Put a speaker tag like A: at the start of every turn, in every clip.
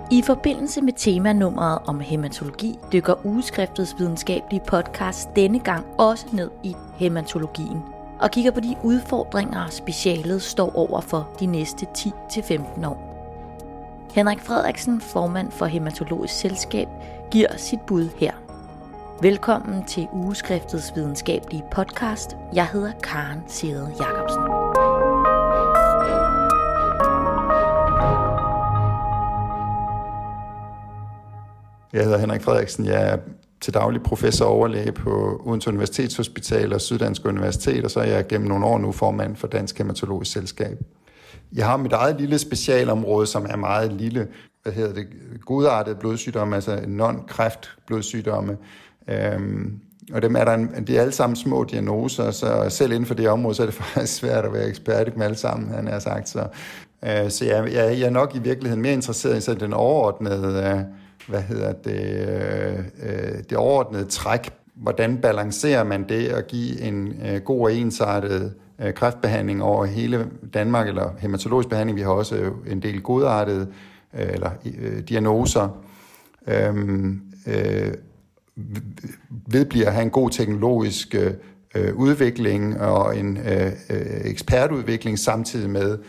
A: I forbindelse med temanummeret om hæmatologi dykker Ugeskriftets videnskabelige podcast denne gang også ned i hæmatologien og kigger på de udfordringer, specialet står over for de næste 10-15 år. Henrik Frederiksen, formand for Hæmatologisk Selskab, giver sit bud her. Velkommen til Ugeskriftets videnskabelige podcast. Jeg hedder Karen Sede Jacobsen.
B: Jeg hedder Henrik Frederiksen. Jeg er til daglig professor og overlæge på Odense Universitetshospital og Syddansk Universitet, og så er jeg gennem nogle år nu formand for Dansk Hæmatologisk Selskab. Jeg har mit eget lille specialområde, som er meget lille. Godartede blodsygdomme, altså non-kræftblodsygdomme. Og dem de er alle sammen små diagnoser, så selv inden for det område, så er det faktisk svært at være ekspert i dem alle sammen, han har sagt. Så jeg er nok i virkeligheden mere interesseret i den overordnede, det overordnede træk. Hvordan balancerer man det at give en god og ensartet kræftbehandling over hele Danmark, eller hæmatologisk behandling. Vi har også en del godartede diagnoser. Vedbliver at have en god teknologisk udvikling og en ekspertudvikling, samtidig med,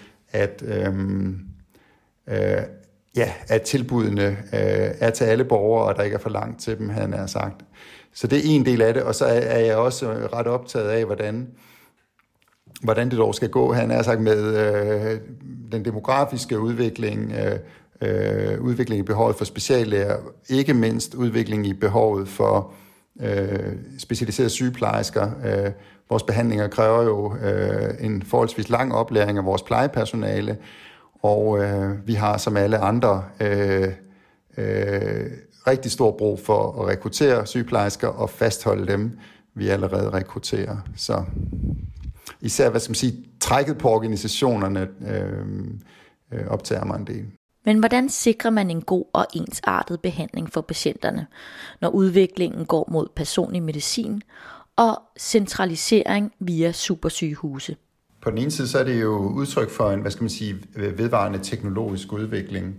B: at tilbudene er til alle borgere, og der ikke er for langt til dem, han har sagt. Så det er en del af det, og så er jeg også ret optaget af, hvordan det dog skal gå. Han har sagt med den demografiske udvikling, udvikling i behovet for speciallæger, ikke mindst udvikling i behovet for specialiserede sygeplejersker. Vores behandlinger kræver jo en forholdsvis lang oplæring af vores plejepersonale, og vi har som alle andre rigtig stor brug for at rekruttere sygeplejersker og fastholde dem, vi allerede rekrutterer. Så især, trækket på organisationerne optager mig en del.
A: Men hvordan sikrer man en god og ensartet behandling for patienterne, når udviklingen går mod personlig medicin og centralisering via supersygehuse?
B: På den ene side, så er det jo udtryk for en, vedvarende teknologisk udvikling.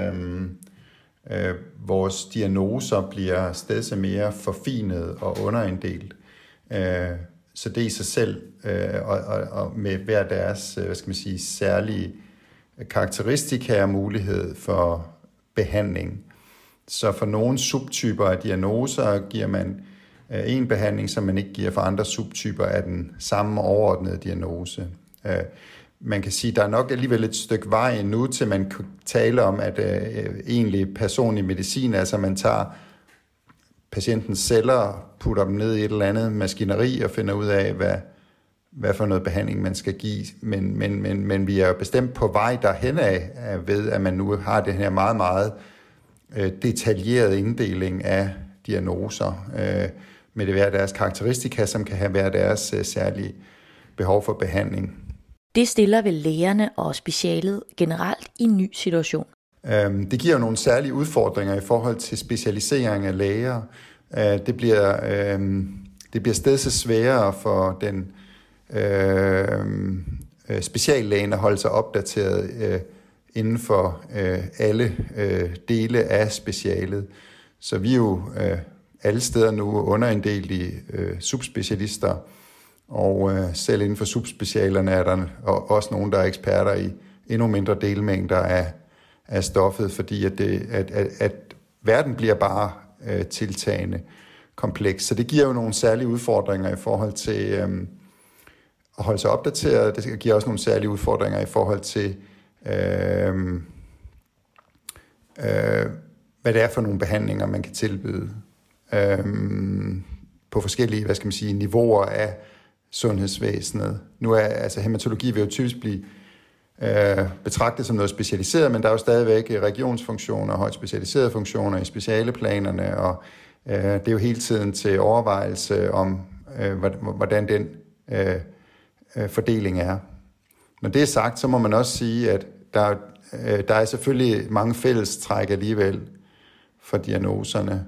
B: Vores diagnoser bliver stadig mere forfinet og underinddelt. Så det i sig selv, og med hver deres, særlige karakteristika og mulighed for behandling. Så for nogle subtyper af diagnoser giver man en behandling, som man ikke giver for andre subtyper af den samme overordnede diagnose. Man kan sige, at der er nok alligevel et stykke vej nu, til man kan tale om, at egentlig personlig medicin, altså man tager patientens celler, putter dem ned i et eller andet maskineri og finder ud af, hvad for noget behandling man skal give. Men vi er jo bestemt på vej derhen af, ved at man nu har det her meget, meget detaljeret inddeling af diagnoser, med det hver deres karakteristika, som kan have hver deres særlige behov for behandling.
A: Det stiller vel lægerne og specialet generelt i en ny situation?
B: Det giver jo nogle særlige udfordringer i forhold til specialisering af læger. Det bliver stadig sværere for den speciallægen at holde sig opdateret inden for alle dele af specialet. Så vi er jo alle steder nu underinddelt i subspecialister, og selv inden for subspecialerne er der også nogen, der er eksperter i endnu mindre delmængder af stoffet, fordi at verden bliver bare tiltagende kompleks. Så det giver jo nogle særlige udfordringer i forhold til at holde sig opdateret. Det giver også nogle særlige udfordringer i forhold til, hvad det er for nogle behandlinger, man kan tilbyde på forskellige, niveauer af sundhedsvæsenet. Nu er hæmatologi vil jo typisk blive betragtet som noget specialiseret, men der er jo stadigvæk regionsfunktioner og højt specialiserede funktioner i specialeplanerne, og det er jo hele tiden til overvejelse om, hvordan den fordeling er. Når det er sagt, så må man også sige, at der er selvfølgelig mange fællestræk alligevel for diagnoserne.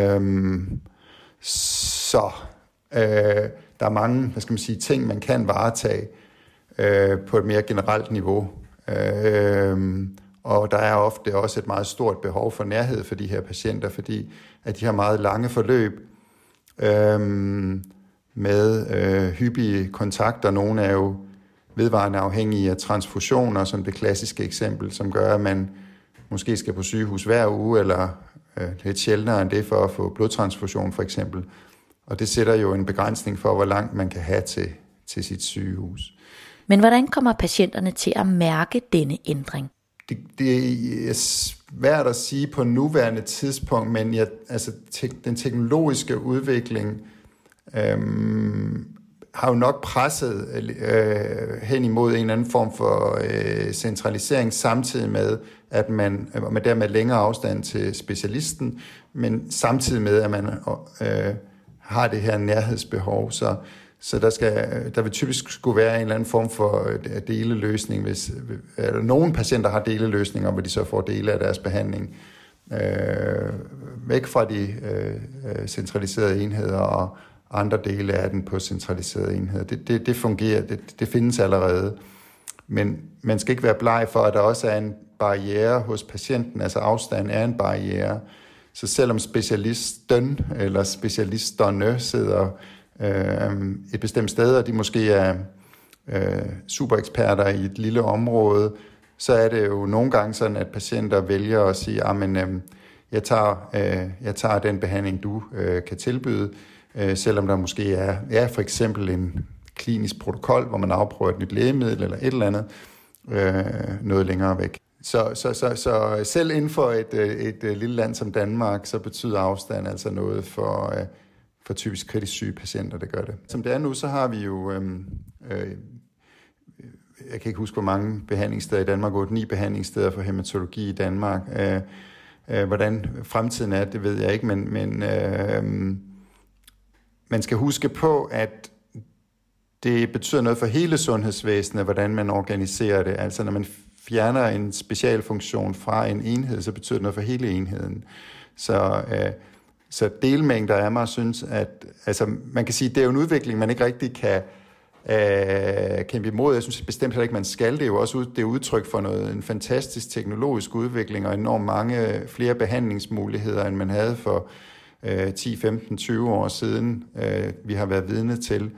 B: Der er mange, ting, man kan varetage på et mere generelt niveau. Og der er ofte også et meget stort behov for nærhed for de her patienter, fordi at de har meget lange forløb med hyppige kontakter. Nogle er jo vedvarende afhængige af transfusioner, som det klassiske eksempel, som gør, at man måske skal på sygehus hver uge, eller lidt sjældnere end det for at få blodtransfusion for eksempel. Og det sætter jo en begrænsning for, hvor langt man kan have til sit sygehus.
A: Men hvordan kommer patienterne til at mærke denne ændring?
B: Det er svært at sige på nuværende tidspunkt, men den teknologiske udvikling har jo nok presset hen imod en eller anden form for centralisering, samtidig med, at man dermed længere afstand til specialisten, men samtidig med, at man har det her nærhedsbehov. Så der vil typisk skulle være en eller anden form for deleløsning, hvis nogle patienter har deleløsninger, hvor de så får dele af deres behandling væk fra de centraliserede enheder og andre dele af den på centraliserede enheder. Det fungerer, det findes allerede. Men man skal ikke være bleg for, at der også er en barriere hos patienten, altså afstand er en barriere. Så selvom specialisten eller specialisterne sidder et bestemt sted, og de måske er supereksperter i et lille område, så er det jo nogle gange sådan, at patienter vælger at sige, jeg tager den behandling, du kan tilbyde, selvom der måske er for eksempel en klinisk protokol, hvor man afprøver et nyt lægemiddel eller et eller andet noget længere væk. Så selv inden for et lille land som Danmark, så betyder afstand altså noget for typisk kritisk syge patienter, det gør det. Som det er nu, så har vi jo, jeg kan ikke huske, hvor mange behandlingssteder i Danmark, 8-9 behandlingssteder for hæmatologi i Danmark. Hvordan fremtiden er, det ved jeg ikke, men man skal huske på, at det betyder noget for hele sundhedsvæsenet, hvordan man organiserer det. Altså når man fjerner en specialfunktion fra en enhed, så betyder det noget for hele enheden. Så delmængder af mig synes, at man kan sige, at det er jo en udvikling, man ikke rigtig kan kæmpe imod. Jeg synes bestemt heller ikke, man skal. Det er jo også det er udtryk for en fantastisk teknologisk udvikling og enormt mange flere behandlingsmuligheder, end man havde for 10, 15, 20 år siden, vi har været vidne til.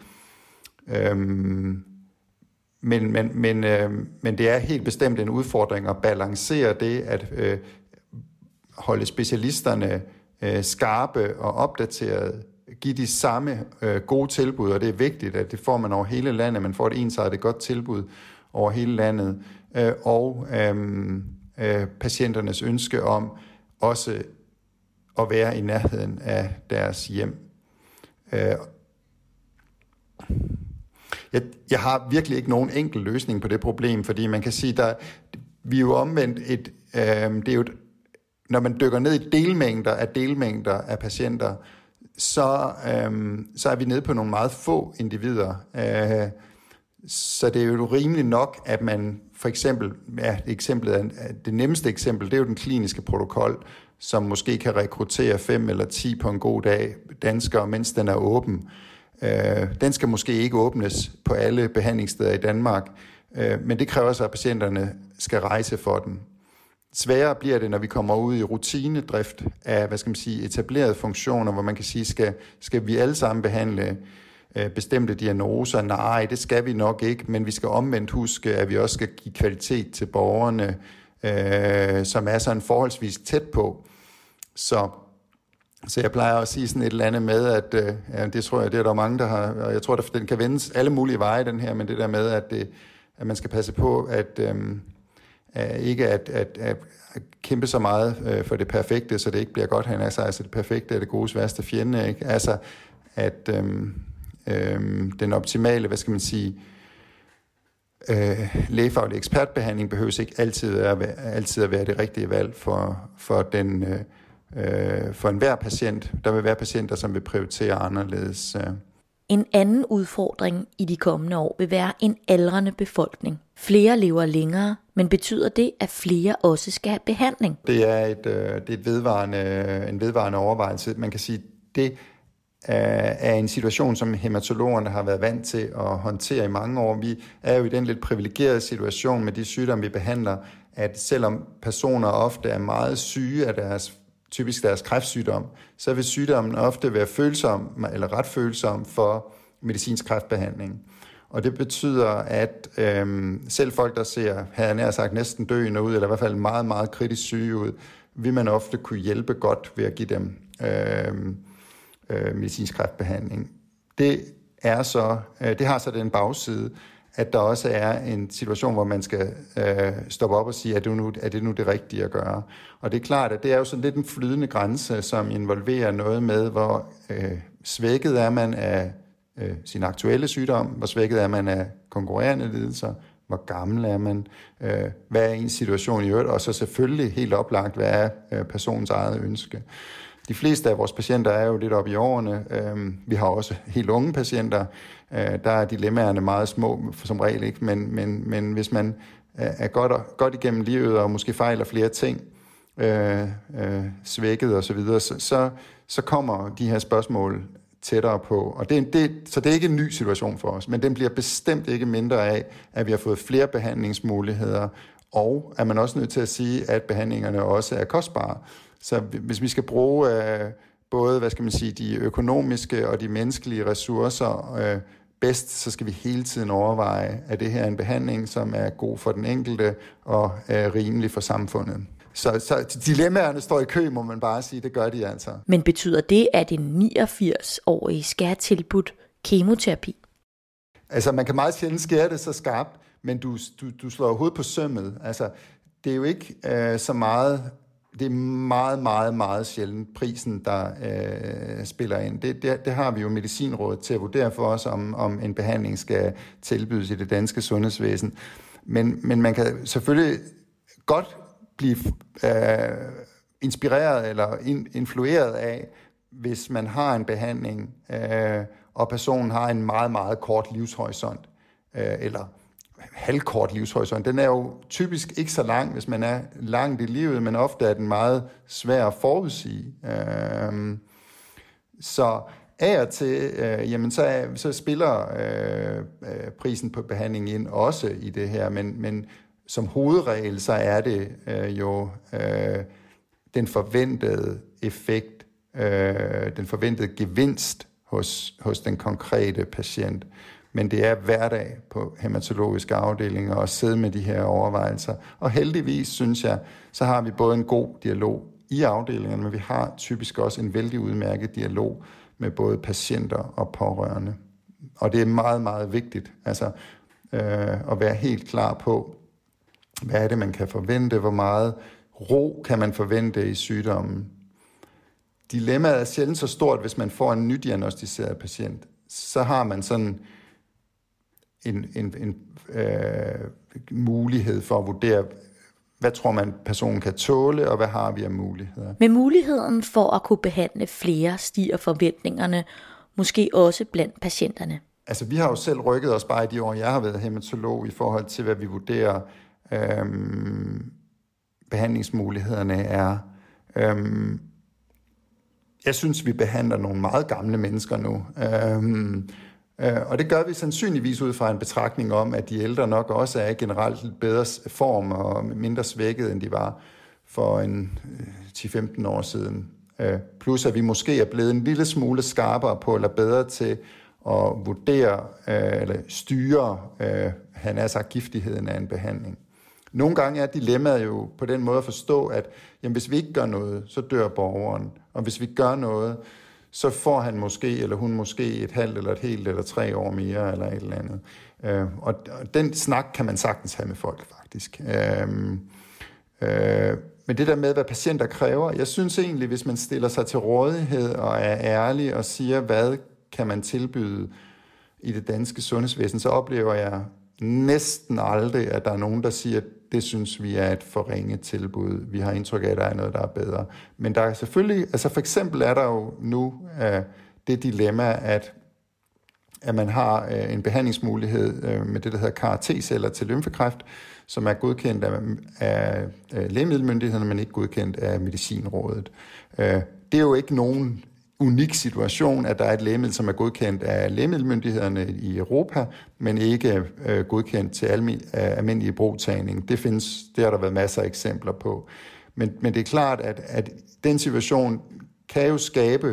B: Men det er helt bestemt en udfordring at balancere det, at holde specialisterne skarpe og opdaterede, give de samme gode tilbud, og det er vigtigt, at det får man over hele landet, man får et ensartet godt tilbud over hele landet, og patienternes ønske om også at være i nærheden af deres hjem. Jeg har virkelig ikke nogen enkel løsning på det problem, fordi man kan sige, vi er jo omvendt det er jo når man dykker ned i delmængder af patienter, så er vi nede på nogle meget få individer. Så det er jo rimeligt nok, at man for eksempel, det nemmeste eksempel, det er jo den kliniske protokol, som måske kan rekruttere 5 eller 10 på en god dag danskere, mens den er åben. Den skal måske ikke åbnes på alle behandlingssteder i Danmark, men det kræver så, at patienterne skal rejse for den. Sværere bliver det, når vi kommer ud i rutinedrift af, etablerede funktioner, hvor man kan sige, skal vi alle sammen behandle bestemte diagnoser? Nej, det skal vi nok ikke, men vi skal omvendt huske, at vi også skal give kvalitet til borgerne, som er sådan forholdsvis tæt på. Så jeg plejer at sige sådan et eller andet med, at det tror jeg, det er der mange, der har, og jeg tror, at den kan vendes alle mulige veje, den her, men det der med, at man skal passe på, at ikke at kæmpe så meget for det perfekte, så det ikke bliver godt, altså det perfekte er det godes værste fjende, ikke? Altså, at den optimale, lægefaglig ekspertbehandling behøves ikke altid at være det rigtige valg for enhver patient. Der vil være patienter, som vil prioritere anderledes.
A: En anden udfordring i de kommende år vil være en aldrende befolkning. Flere lever længere, men betyder det, at flere også skal have behandling?
B: Det er en vedvarende overvejelse. Man kan sige, det er en situation, som hæmatologerne har været vant til at håndtere i mange år. Vi er jo i den lidt privilegerede situation med de sygdomme, vi behandler, at selvom personer ofte er meget syge af typisk deres kræftsygdom, så vil sygdommen ofte være følsom eller ret følsom for medicinsk kræftbehandling. Og det betyder, at selv folk, der ser, havde nær sagt, næsten døende ud, eller i hvert fald meget, meget kritisk syge ud, vil man ofte kunne hjælpe godt ved at give dem medicinsk kræftbehandling. Det har så den bagside, at der også er en situation, hvor man skal stoppe op og sige, er det nu det rigtige at gøre? Og det er klart, at det er jo sådan lidt en flydende grænse, som involverer noget med, hvor svækket er man af sin aktuelle sygdom, hvor svækket er man af konkurrerende lidelser, hvor gammel er man, hvad er ens situation i øvrigt, og så selvfølgelig helt oplagt, hvad er personens eget ønske. De fleste af vores patienter er jo lidt oppe i årene. Vi har også helt unge patienter. Der er dilemmaerne meget små, som regel ikke, men hvis man er godt igennem livet og måske fejler flere ting, svækket og så videre, så kommer de her spørgsmål tættere på. Og så det er ikke en ny situation for os, men den bliver bestemt ikke mindre af, at vi har fået flere behandlingsmuligheder, og er man også nødt til at sige, at behandlingerne også er kostbare. Så hvis vi skal bruge både, de økonomiske og de menneskelige ressourcer bedst, så skal vi hele tiden overveje, at det her er en behandling, som er god for den enkelte og rimelig for samfundet. Så dilemmaerne står i kø, må man bare sige. Det gør de altså.
A: Men betyder det, at en 89-årig skal have tilbudt kemoterapi?
B: Altså, man kan meget sjældent skære det så skarpt, men du slår hovedet på sømmet. Altså, det er jo ikke så meget. Det er meget, meget, meget sjældent prisen, der spiller ind. Det har vi jo Medicinrådet til at vurdere for os, om en behandling skal tilbydes i det danske sundhedsvæsen. Men man kan selvfølgelig godt blive inspireret eller influeret af, hvis man har en behandling, og personen har en meget, meget kort livshorisont, eller halvkort livshorisont. Den er jo typisk ikke så lang, hvis man er langt i livet, men ofte er den meget svær at forudsige. Så af og til, så spiller prisen på behandling ind også i det her, men som hovedregel, så er det den forventede effekt, den forventede gevinst hos den konkrete patient. Men det er hverdag på hæmatologiske afdelinger at sidde med de her overvejelser. Og heldigvis, synes jeg, så har vi både en god dialog i afdelingerne, men vi har typisk også en vældig udmærket dialog med både patienter og pårørende. Og det er meget, meget vigtigt at være helt klar på, hvad er det, man kan forvente, hvor meget ro kan man forvente i sygdommen. Dilemmaet er sjældent så stort, hvis man får en nydiagnostiseret patient. Så har man sådan en mulighed for at vurdere, hvad tror man personen kan tåle, og hvad har vi af muligheder.
A: Med muligheden for at kunne behandle flere stiger forventningerne, måske også blandt patienterne.
B: Altså, vi har jo selv rykket os bare i de år, jeg har været hæmatolog, i forhold til, hvad vi vurderer behandlingsmulighederne er. Jeg synes, vi behandler nogle meget gamle mennesker nu. Og det gør vi sandsynligvis ud fra en betragtning om, at de ældre nok også er i generelt lidt bedre form og mindre svækket, end de var for en 10-15 år siden. Plus at vi måske er blevet en lille smule skarpere på, eller bedre til at vurdere eller styre, giftigheden af en behandling. Nogle gange er dilemmaet jo på den måde at forstå, at hvis vi ikke gør noget, så dør borgeren. Og hvis vi gør noget, så får han måske, eller hun måske et halvt, eller et helt, eller 3 år mere, eller et eller andet. Og den snak kan man sagtens have med folk, faktisk. Men det der med, hvad patienter kræver, jeg synes egentlig, hvis man stiller sig til rådighed og er ærlig og siger, hvad kan man tilbyde i det danske sundhedsvæsen, så oplever jeg næsten aldrig, at der er nogen, der siger, at det synes vi er et forringet tilbud. Vi har indtryk af, at der er noget, der er bedre. Men der er selvfølgelig, for eksempel er der jo nu det dilemma, at man har en behandlingsmulighed med det, der hedder CAR-T-celler til lymfekræft, som er godkendt af lægemiddelmyndighederne, men ikke godkendt af Medicinrådet. Det er jo ikke nogen unik situation, at der er et lægemiddel, som er godkendt af lægemiddelmyndighederne i Europa, men ikke godkendt til almindelig ibrugtagning. Det har der været masser af eksempler på. Men det er klart, at den situation kan jo skabe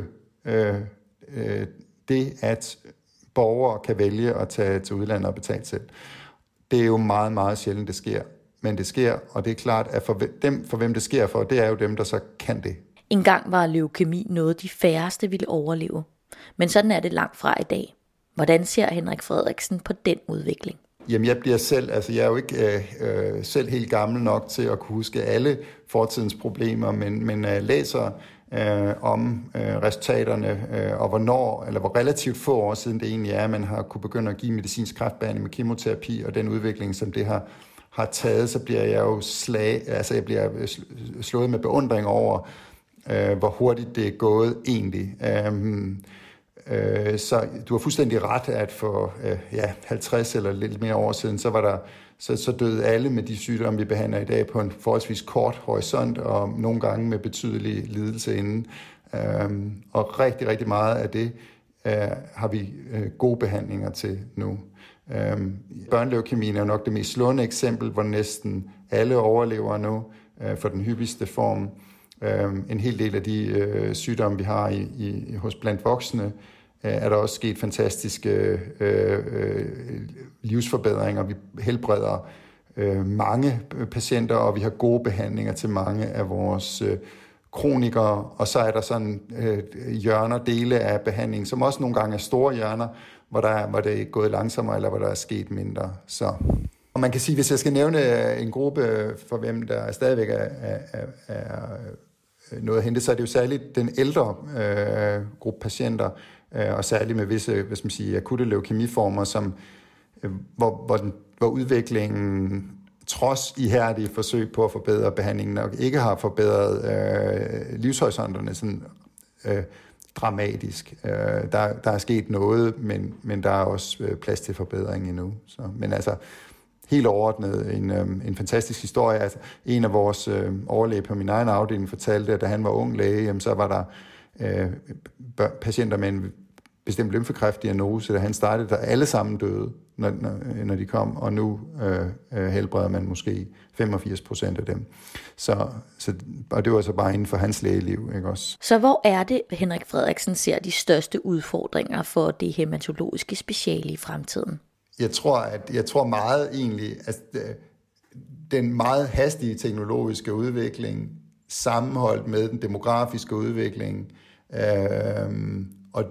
B: det, at borgere kan vælge at tage til udlandet og betale selv. Det er jo meget, meget sjældent, det sker. Men det sker, og det er klart, at for hvem det sker for, det er jo dem, der så kan det.
A: Engang var leukæmi noget, de færreste ville overleve. Men sådan er det langt fra i dag. Hvordan ser Henrik Frederiksen på den udvikling?
B: Jamen jeg bliver selv, jeg er jo ikke selv helt gammel nok til at kunne huske alle fortidens problemer, men læser om resultaterne og hvornår, eller hvor relativt få år siden det egentlig er, at man har kunne begynde at give medicinsk kræftbehandling med kemoterapi, og den udvikling, som det har taget, så bliver jeg jo jeg bliver slået med beundring over, hvor hurtigt det er gået egentlig. Så du har fuldstændig ret, at for 50 eller lidt mere år siden, så var der så døde alle med de sygdomme, vi behandler i dag på en forholdsvis kort horisont, og nogle gange med betydelig lidelse inden. Og rigtig, rigtig meget af det har vi gode behandlinger til nu. Børneleukæmien er jo nok det mest slående eksempel, hvor næsten alle overlever nu for den hyppigste form. En hel del af de sygdomme, vi har hos blandt voksne, er der også sket fantastiske livsforbedringer. Vi helbreder mange patienter, og vi har gode behandlinger til mange af vores kronikere. Og så er der sådan dele af behandlingen, som også nogle gange er store hjørner, hvor det er gået langsommere, eller hvor der er sket mindre. Så. Og man kan sige, hvis jeg skal nævne en gruppe, for hvem der stadigvæk er noget at hente, så er det jo særligt den ældre gruppe patienter, og særligt med visse, akutte leukæmiformer, hvor udviklingen, trods ihærdige forsøg på at forbedre behandlingen, nok ikke har forbedret livshorisonterne sådan dramatisk. Der er sket noget, men der er også plads til forbedring endnu. Så, men helt overordnet en fantastisk historie. Altså, en af vores overlæge på min egen afdeling fortalte, at da han var ung læge, jamen, så var der patienter med en bestemt lymfekræftdiagnose, da han startede, der alle sammen døde, når de kom, og nu helbreder man måske 85% af dem. Og det var så bare inden for hans lægeliv, ikke også?
A: Så hvor er det, Henrik Frederiksen ser de største udfordringer for det hæmatologiske speciale i fremtiden?
B: Jeg tror meget egentlig, at den meget hastige teknologiske udvikling, sammenholdt med den demografiske udvikling, og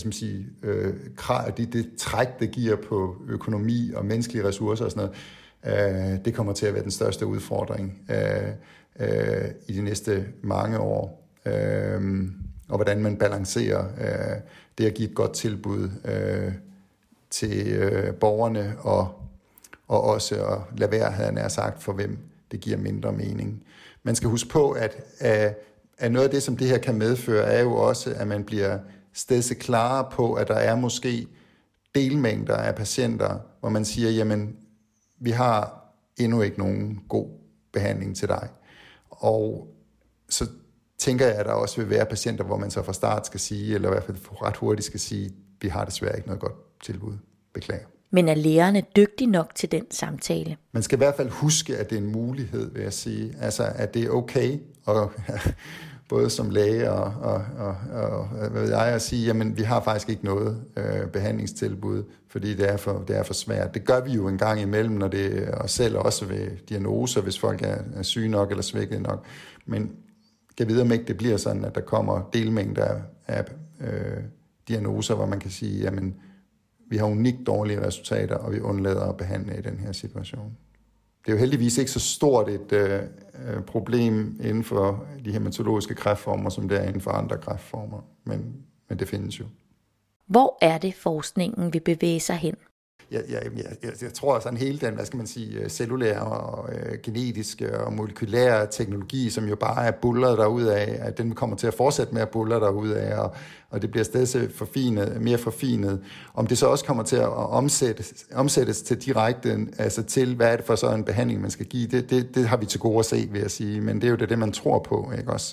B: det træk, det giver på økonomi og menneskelige ressourcer og sådan noget, det kommer til at være den største udfordring i de næste mange år. Og hvordan man balancerer det at give et godt tilbud til borgerne, og også at lade være, havde jeg nær sagt, for hvem det giver mindre mening. Man skal huske på, at noget af det, som det her kan medføre, er jo også, at man bliver stedse klarere på, at der er måske delmængder af patienter, hvor man siger, jamen, vi har endnu ikke nogen god behandling til dig. Og så tænker jeg, at der også vil være patienter, hvor man så fra start skal sige, eller i hvert fald ret hurtigt skal sige, vi har desværre ikke noget godt tilbud. Beklager.
A: Men er lægerne dygtige nok til den samtale?
B: Man skal i hvert fald huske, at det er en mulighed, vil jeg sige. Altså, at det er okay, og både som læge og hvad ved jeg, at sige, jamen, vi har faktisk ikke noget behandlingstilbud, fordi det er for svært. Det gør vi jo en gang imellem, når det er os selv, også ved diagnoser, hvis folk er syge nok eller svækket nok. Men kan vide, om ikke det bliver sådan, at der kommer delmængder af diagnoser, hvor man kan sige, jamen, vi har unikt dårlige resultater, og vi undlader at behandle i den her situation. Det er jo heldigvis ikke så stort et problem inden for de hæmatologiske kræftformer, som det er inden for andre kræftformer, men det findes jo.
A: Hvor er det, forskningen vil bevæge sig hen?
B: Jeg tror sådan hele den, cellulære og genetiske og molekylære teknologi, som jo bare er buldret derudad, at den kommer til at fortsætte med at buldre derudad, og det bliver stadig mere forfinet. Om det så også kommer til at omsættes til direkte, altså til, hvad er det for så en behandling, man skal give, det har vi til gode at se, vil jeg sige, men det er jo det, man tror på, ikke også?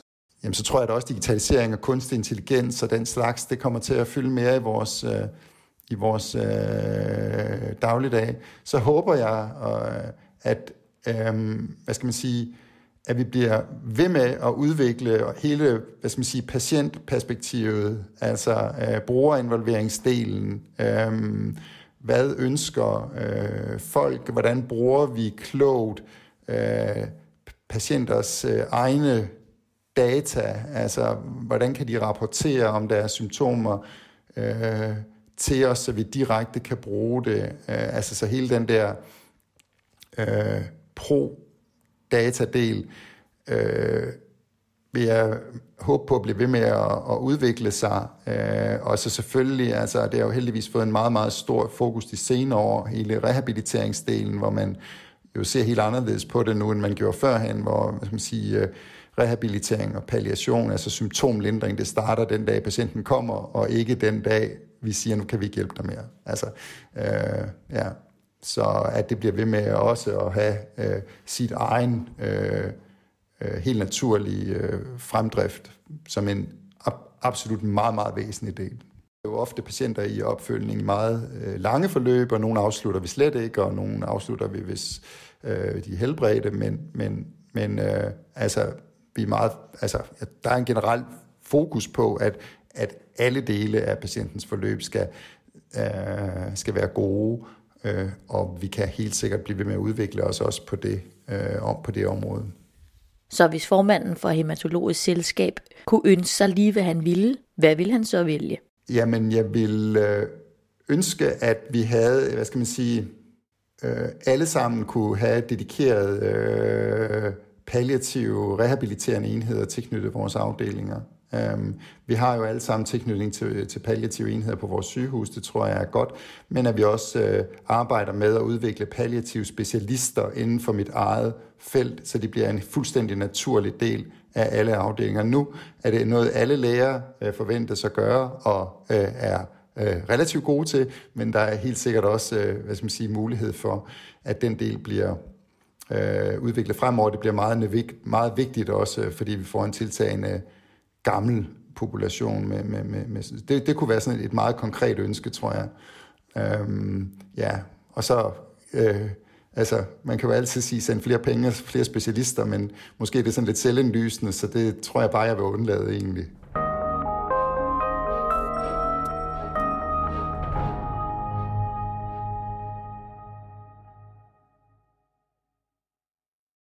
B: jamen så tror jeg, at også digitalisering og kunstig intelligens og den slags, det kommer til at fylde mere i vores dagligdag. Så håber jeg, at at vi bliver ved med at udvikle hele, patientperspektivet, altså brugerinvolveringsdelen. Hvad ønsker folk? Hvordan bruger vi klogt patienters egne data? Altså, hvordan kan de rapportere om deres symptomer til os, så vi direkte kan bruge det? Altså, så hele den der pro-datadel vil jeg håbe på at blive ved med at udvikle sig. Og så selvfølgelig, altså det har jo heldigvis fået en meget, meget stor fokus de senere år, hele rehabiliteringsdelen, hvor man jo ser helt anderledes på det nu, end man gjorde førhen, hvor rehabilitering og palliation, altså symptomlindring, det starter den dag patienten kommer, og ikke den dag vi siger, nu kan vi ikke hjælpe dig mere. Altså, så at det bliver ved med også at have sit egen helt naturlig fremdrift som en absolut meget, meget væsentlig del. Det er jo ofte patienter i opfølgning meget lange forløb, og nogle afslutter vi slet ikke, og nogle afslutter vi, hvis de er helbredte, men vi er meget, der er en generel fokus på, at alle dele af patientens forløb skal være gode, og vi kan helt sikkert blive ved med at udvikle os også på det område.
A: Så hvis formanden for Hæmatologisk Selskab kunne ønske sig lige, hvad han ville, hvad ville han så vælge?
B: Jamen, jeg vil ønske, at vi havde, alle sammen kunne have dedikerede palliative, rehabiliterende enheder tilknyttet vores afdelinger. Vi har jo alle sammen tilknytning til palliative enheder på vores sygehus, det tror jeg er godt, men at vi også arbejder med at udvikle palliative specialister inden for mit eget felt, så det bliver en fuldstændig naturlig del af alle afdelinger. Nu er det noget, alle læger forventes at gøre og er relativt gode til, men der er helt sikkert også mulighed for, at den del bliver udviklet fremover. Det bliver meget vigtigt også, fordi vi får en tiltagende gammel population. Det kunne være sådan et meget konkret ønske, tror jeg. Og så man kan jo altid sige, send flere penge og flere specialister, men måske er det sådan lidt selvindlysende, så det tror jeg bare, jeg vil undlade egentlig.